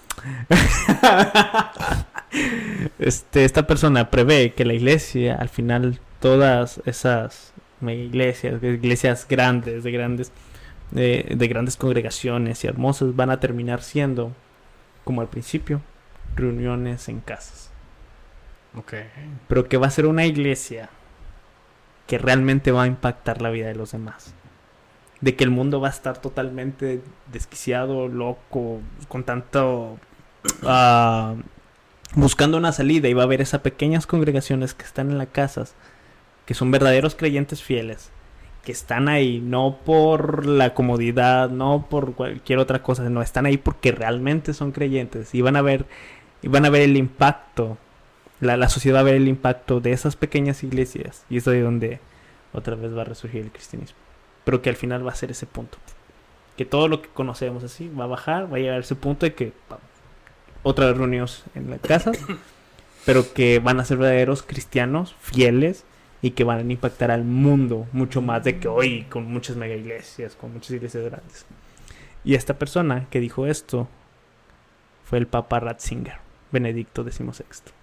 Este, esta persona prevé que la iglesia, al final, todas esas iglesias, iglesias grandes, de grandes, de, de grandes congregaciones y hermosas, van a terminar siendo, como al principio, reuniones en casas. Okay. Pero que va a ser una iglesia que realmente va a impactar la vida de los demás. De que el mundo va a estar totalmente desquiciado, loco, con tanto... Uh, buscando una salida, y va a haber esas pequeñas congregaciones que están en las casas, que son verdaderos creyentes fieles, que están ahí no por la comodidad, no por cualquier otra cosa, no, están ahí porque realmente son creyentes y van a ver, y van a ver el impacto, la, la sociedad va a ver el impacto de esas pequeñas iglesias, y es de donde otra vez va a resurgir el cristianismo, pero que al final va a ser ese punto, que todo lo que conocemos así va a bajar, va a llegar a ese punto de que otras reuniones en las casas, pero que van a ser verdaderos cristianos fieles y que van a impactar al mundo mucho más de que hoy con muchas mega iglesias, con muchas iglesias grandes. Y esta persona que dijo esto fue el Papa Ratzinger, Benedicto decimosexto.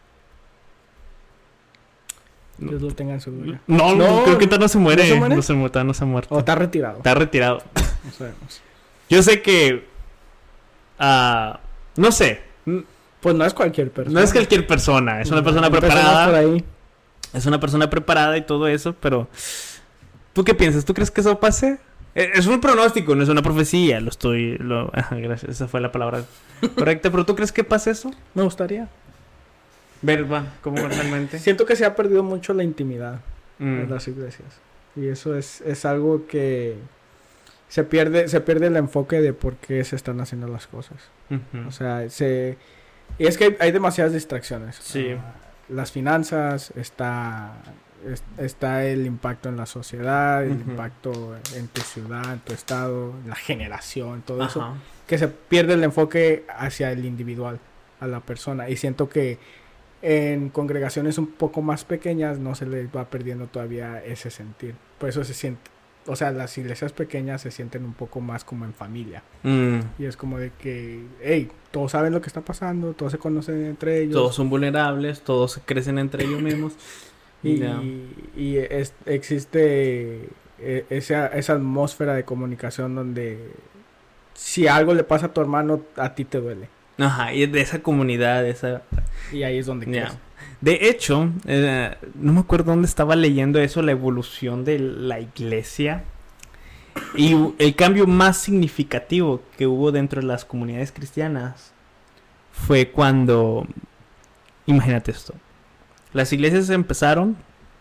No. Dios lo tenga en su gloria. No, no, no, creo que todavía no se muere. ¿No se muere? No se muere, no se ha muerto. ¿O está retirado? Está retirado. No sabemos. Yo sé que... Uh, no sé. Pues no es cualquier persona. No es cualquier persona. Es una persona no, preparada. Por ahí. Es una persona preparada y todo eso, pero... ¿Tú qué piensas? ¿Tú crees que eso pase? Es un pronóstico, no es una profecía. Lo estoy... Lo... Ajá, gracias. Esa fue la palabra correcta. ¿Pero tú crees que pase eso? Me gustaría. Ver, va, ¿cómo realmente? Siento que se ha perdido mucho la intimidad mm. en las iglesias. Y eso es, es algo que... Se pierde, se pierde el enfoque de por qué se están haciendo las cosas. Uh-huh. O sea, se... Y es que hay, hay demasiadas distracciones. Sí. Uh, las finanzas, está... Es, está el impacto en la sociedad, el uh-huh. impacto en tu ciudad, en tu estado, la generación, todo uh-huh. eso. Que se pierde el enfoque hacia el individual, a la persona. Y siento que en congregaciones un poco más pequeñas no se les va perdiendo todavía ese sentir. Por eso se siente... O sea, las iglesias pequeñas se sienten un poco más como en familia. Mm. Y es como de que, hey, todos saben lo que está pasando, todos se conocen entre ellos. Todos son vulnerables, todos crecen entre ellos mismos. Y, yeah. y, y es, existe eh, esa, esa atmósfera de comunicación donde si algo le pasa a tu hermano, a ti te duele. Ajá, y de esa comunidad, de esa... Y ahí es donde Ya. crece. De hecho, eh, no me acuerdo dónde estaba leyendo eso, la evolución de la iglesia. Y u- el cambio más significativo que hubo dentro de las comunidades cristianas fue cuando... Imagínate esto. Las iglesias empezaron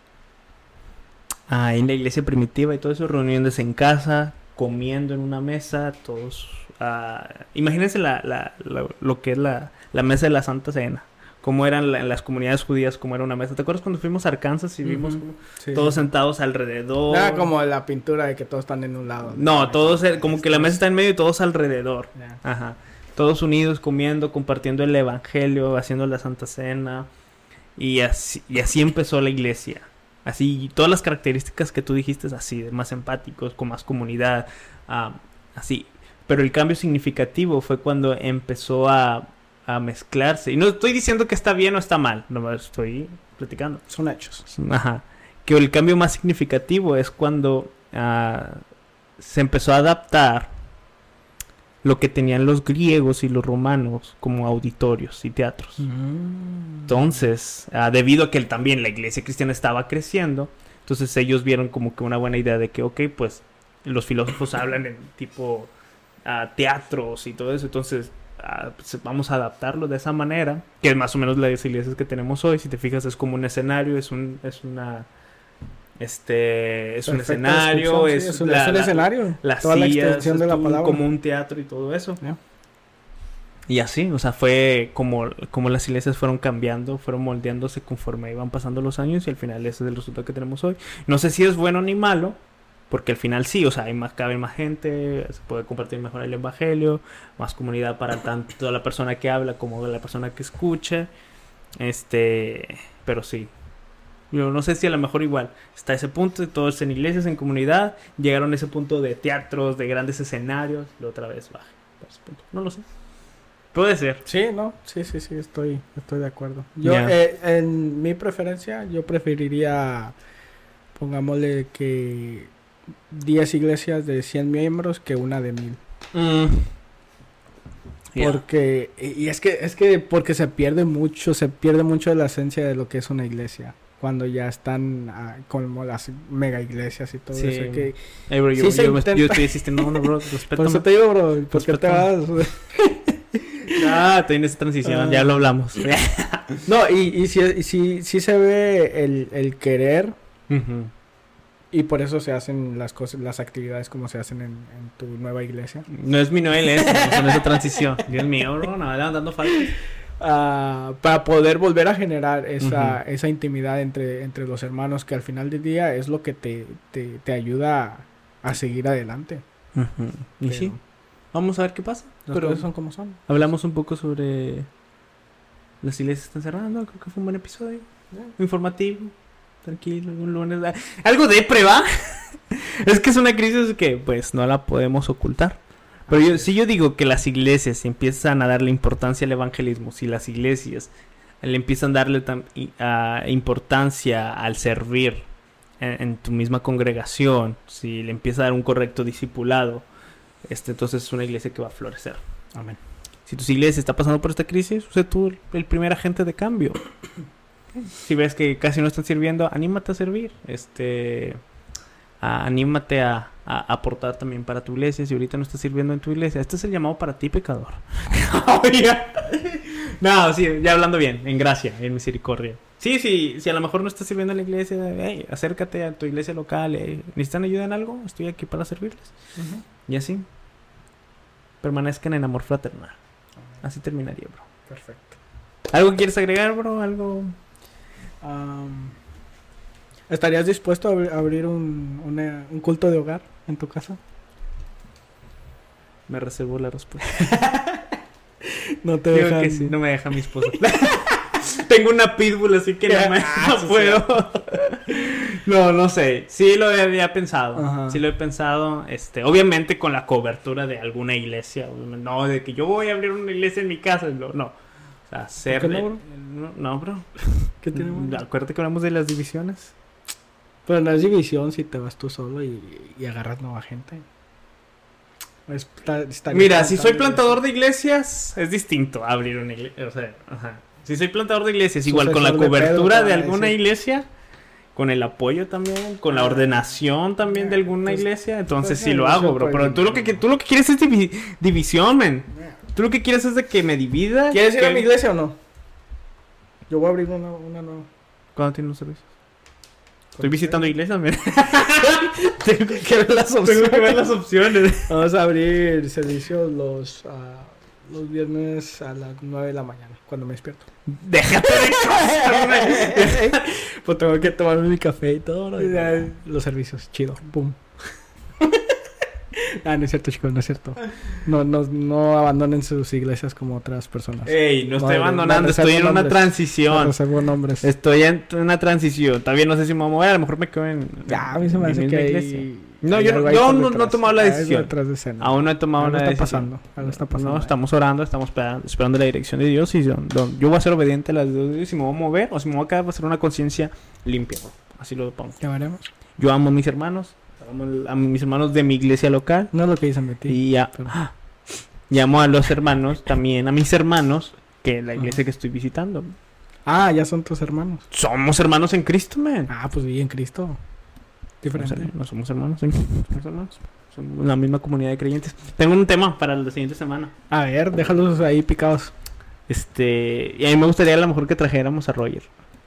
ah, en la iglesia primitiva y todo eso, reuniéndose en casa, comiendo en una mesa, todos... ah, imagínense la, la, la- lo que es la, la mesa de la Santa Cena. Cómo eran la- en las comunidades judías, cómo era una mesa. ¿Te acuerdas cuando fuimos a Arkansas y vimos Ujú. como Sí, todos sí. sentados alrededor? Nada como la pintura de que todos están en un lado. No, todos, eh, como que la mesa está en medio y todos alrededor. Ya. Ajá. Todos unidos, comiendo, compartiendo el evangelio, haciendo la Santa Cena. Y así, y así empezó la iglesia. Así, y todas las características que tú dijiste, así, de más empáticos, con más comunidad, ah, así. Pero el cambio significativo fue cuando empezó a, a mezclarse. Y no estoy diciendo que está bien o está mal, no estoy platicando. Son hechos. Ajá. Que el cambio más significativo es cuando ah, se empezó a adaptar lo que tenían los griegos y los romanos como auditorios y teatros. Entonces, ah, debido a que también la iglesia cristiana estaba creciendo, entonces ellos vieron como que una buena idea de que, ok, pues los filósofos hablan en tipo ah, teatros y todo eso, entonces ah, pues, vamos a adaptarlo de esa manera, que es más o menos las iglesias que tenemos hoy. Si te fijas, es como un escenario, es un es una este es un Perfecta escenario, descripción, es, sí, es un, la- es un la- escenario. las Toda la sillas, extensión de la es palabra. como un teatro y todo eso. Ya. Y así, o sea, fue como, como las iglesias fueron cambiando, fueron moldeándose conforme iban pasando los años y al final ese es el resultado que tenemos hoy. No sé si es bueno ni malo, porque al final sí, o sea, hay más, cabe más gente, se puede compartir mejor el evangelio, más comunidad para tanto la persona que habla como la persona que escucha. Este, pero sí. Yo no sé si a lo mejor igual está ese punto de todos en iglesias, en comunidad, llegaron a ese punto de teatros, de grandes escenarios, y otra vez baje. para ese punto. No lo sé. Puede ser. Sí, no, sí, sí, sí, estoy, estoy de acuerdo. Yo, Ya. eh, en mi preferencia, yo preferiría, pongámosle que diez iglesias de cien miembros que una de mil. Mm. Ya. Porque, y y es que, es que porque se pierde mucho, se pierde mucho de la esencia de lo que es una iglesia. Cuando ya están ah, como las mega iglesias y todo Sí. eso. Que, Ey, bro, yo, Sí se yo, me- intenta. yo estoy diciendo, no, no, bro, por respétame. eso te digo, bro, ¿por qué te vas? Ah, estoy en esa transición, Ah. ya lo hablamos. No, y, y, sí, y sí, sí se ve el, el querer. Ujú. Y por eso se hacen las cosas, las actividades como se hacen en, en tu nueva iglesia. No es mi Noel, es en esa transición. Dios mío, bro, no, dando faltas. Ah, para poder volver a generar esa, Ujú. esa intimidad entre, entre los hermanos, que al final del día es lo que te, te, te ayuda a, a seguir adelante. Ujú. Y Pero sí, vamos a ver qué pasa. las Pero cosas son como son. hablamos un poco sobre las iglesias están cerrando. Creo que fue un buen episodio. Informativo, tranquilo, un lunes. ah, Algo de prueba. Es que es una crisis que pues no la podemos ocultar. Pero yo, si yo digo que las iglesias empiezan a darle importancia al evangelismo, si las iglesias le empiezan a darle tam- i- a importancia al servir en, en tu misma congregación, si le empieza a dar un correcto discipulado, este, entonces es una iglesia que va a florecer. Amén. Si tu iglesia está pasando por esta crisis, sé tú el primer agente de cambio. Si ves que casi no están sirviendo, anímate a servir. Este, a- anímate a, a aportar también para tu iglesia. Si ahorita no estás sirviendo en tu iglesia, este es el llamado para ti, pecador. No, sí, ya hablando bien, en gracia, en misericordia. Sí, sí, si a lo mejor no estás sirviendo en la iglesia, hey, acércate a tu iglesia local. Hey, ¿necesitan ayuda en algo? Estoy aquí para servirles. Ujú. Y así, permanezcan en amor fraternal. Así terminaría, bro. Perfecto. ¿Algo quieres agregar, bro? ¿Algo? Am, ¿Estarías dispuesto a abri- a abrir un, una- un culto de hogar en tu casa? Me reservo la respuesta. No te Digo dejan... que sí, no me deja mi esposa. Tengo una pitbull, así que no, me, Ah, no sí, puedo. No, no sé. Sí lo había pensado. Ajá. Sí lo he pensado. Este, obviamente con la cobertura de alguna iglesia. No, de que yo voy a abrir una iglesia en mi casa. No. no. O sea, ser... qué no, bro? No, no, bro. ¿Qué tiene malo? Acuérdate que hablamos de las divisiones. Pero no es división si te vas tú solo y, y agarras nueva gente. Está, está Mira, si soy plantador de iglesias, es distinto a abrir una iglesia. O sea, ajá. Si soy plantador de iglesias, igual con la cobertura de alguna iglesia, con el apoyo también, con la ordenación también de alguna iglesia, entonces sí lo hago, bro. Pero tú lo que tú lo que quieres es divi- división, men. Tú lo que quieres es de que me divida. ¿Quieres ir que... a mi iglesia o no? Yo voy a abrir una, una nueva. ¿Cuándo tienes los servicios? Estoy visitando iglesias, mira. Tengo que ver las opciones. Tengo que ver las opciones. Vamos a abrir servicios los, uh, los viernes a las nueve de la mañana, cuando me despierto. Déjate de cosas. Pues tengo que tomarme mi café y todo, ¿no? Los servicios, chido. Pum. Ah, no es cierto, chicos, no es cierto. No, no, no abandonen sus iglesias como otras personas. Ey, no estoy No, abandonando, no, estoy en una nombres. transición. Reservo nombres. Estoy en una transición. Todavía no sé si me voy a mover, a lo mejor me quedo en. Ya, a mí se me en hace mi que misma hay... iglesia. No, hay yo, algo no- ahí yo por no, no he detrás. tomado la Hay algo decisión. detrás de escena. Aún no he tomado Algo una está decisión. pasando, algo está pasando. No, estamos orando, estamos esperando, esperando la dirección de Dios. Y yo, don- yo voy a ser obediente a las de Dios. Si me voy a mover o si me voy a quedar, va a ser una conciencia limpia. Así lo pongo. Ya veremos. Yo amo a mis hermanos. Amo a mis hermanos de mi iglesia local. No es lo que dicen de ti. Y ya. pero- Llamo a los hermanos, también a mis hermanos, que la iglesia Ajá. que estoy visitando. Ah, ya son tus hermanos. Somos hermanos en Cristo, man. Ah, pues vi en Cristo. Diferente. No, no somos hermanos, sí, somos hermanos. Somos la misma comunidad de creyentes. Tengo un tema para la siguiente semana. A ver, déjalos ahí picados. Este, y a mí me gustaría a lo mejor que trajéramos a Roger.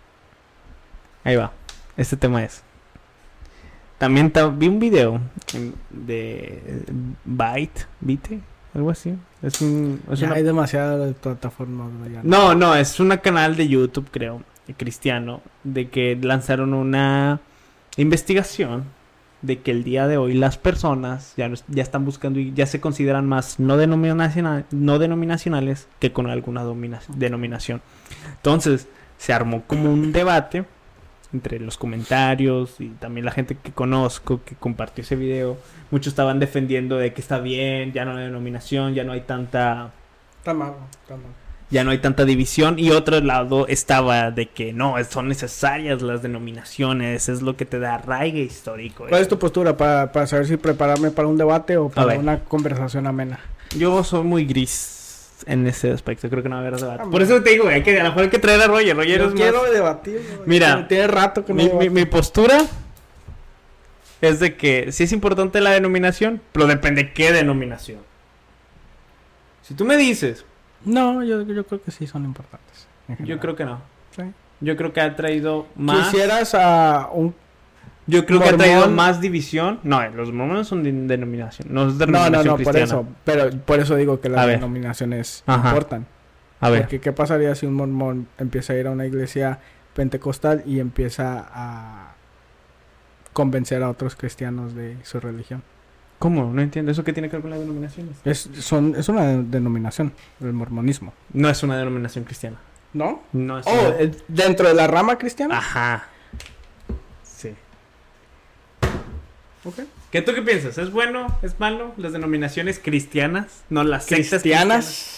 Ahí va. Este tema es. También ta- vi un video en- de Byte, Byte, algo así. Es un es Ya una- hay demasiadas plataformas. Ya. No, no, es un canal de YouTube, creo, cristiano, de que lanzaron una investigación de que el día de hoy las personas ya, no es- ya están buscando y ya se consideran más no, denominacional, no denominacionales que con alguna domina- denominación. Entonces, se armó como un debate entre los comentarios y también la gente que conozco que compartió ese video. Muchos estaban defendiendo de que está bien, ya no hay denominación, ya no hay tanta... Está mal, está mal. ya no hay tanta división, y otro lado estaba de que no, son necesarias las denominaciones, es lo que te da arraigue histórico. ¿Cuál es tu postura para, para saber si prepararme para un debate o para ver. una conversación amena? Yo soy muy gris en ese aspecto, creo que no va a haber debate. Ah, Por eso te digo, hay que, a lo mejor hay que traer a Roger, Roger Yo es quiero más... debatir. güey. Mira, tiene rato que no Mi, mi, debato. mi postura es de que sí es importante la denominación, pero depende qué denominación. Si tú me dices, No, yo, yo creo que sí son importantes. en yo general. creo que no. Sí. Yo creo que ha traído más... Quisieras a un... Yo creo que ha traído mormón- más división. No, eh, los mormones son de denominación. No es No, denominación no, no, por cristiana. eso. Pero por eso digo que A las ver. denominaciones Ajá. importan. A ver. Porque ¿qué pasaría si un mormón empieza a ir a una iglesia pentecostal y empieza a convencer a otros cristianos de su religión? ¿Cómo? No entiendo. ¿Eso qué tiene que ver con las denominaciones? Es, son, es una de- denominación, el mormonismo. No es una denominación cristiana. ¿No? No es Oh, una... eh, ¿dentro de la rama cristiana? Ajá. Sí. Ok. ¿Qué tú qué piensas? ¿Es bueno? ¿Es malo? Las denominaciones cristianas. No, las sectas cristianas. Cristianas.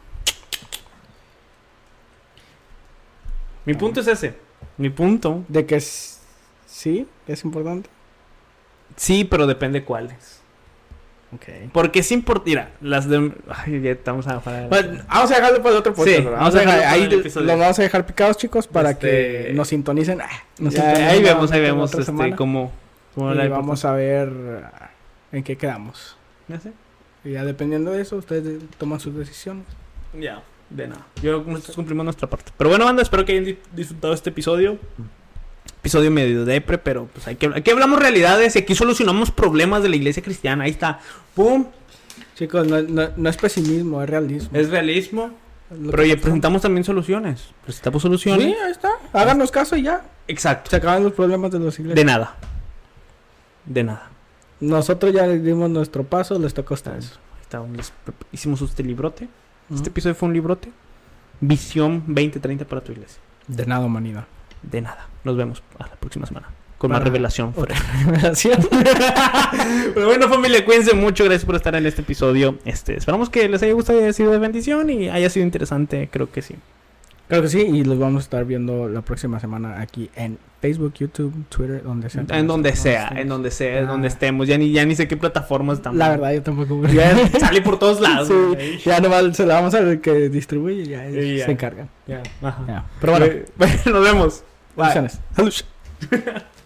Mi punto es ese. Mi punto. De que s- sí, que es importante. Sí, pero depende cuáles. Ok. Porque es importante. Mira, las de. Ay, ya estamos a para. Bueno, vamos a dejarlo para el otro podcast. Sí, ¿verdad? vamos a dejarlo ahí para el episodio. lo vamos a dejar picados, chicos, para Este- que nos sintonicen. Ah, nos Ya, sintonicen ahí vemos, ahí nuevamente la vemos otra este, semana. cómo. cómo Y la vamos a ver ah, en qué quedamos. ¿Ya sé? Y ya dependiendo de eso, ustedes toman sus decisiones. Ya, de nada. Yo nosotros cumplimos nuestra parte. Pero bueno, banda, espero que hayan di- disfrutado este episodio. Episodio medio depre, pero pues hay que, aquí hablamos realidades y aquí solucionamos problemas de la iglesia cristiana. Ahí está. ¡Pum! Chicos, no, no, no es pesimismo, es realismo. Es realismo. Es lo Pero que oye, pasa. presentamos también soluciones. Presentamos soluciones. Sí, ahí está. Háganos caso y ya. Exacto. Se acaban los problemas de los De iglesias. nada. De nada. Nosotros ya les dimos nuestro paso, les toca a ustedes. Ahí está. les- Hicimos este librote. Este Ujú. episodio fue un librote. Visión veinte treinta para tu iglesia. De nada, humanidad. De nada. Nos vemos a la próxima semana. Con Para más revelación. otra fresca. revelación. Pero bueno, familia, cuídense mucho. Gracias por estar en este episodio. Este, esperamos que les haya gustado y haya sido de bendición y haya sido interesante. Creo que sí. Creo que sí, y los vamos a estar viendo la próxima semana aquí en Facebook, YouTube, Twitter, donde sea. En donde sea, en donde sea, en donde estemos. Ya ni, ya ni sé qué plataformas estamos. La verdad, yo tampoco. Ya sale por todos lados. Sí, ya nomás se la vamos a ver que distribuye y ya, y ya se encargan. Ya, ajá. Ya. Pero bueno, bueno, nos vemos. Bye. Salud.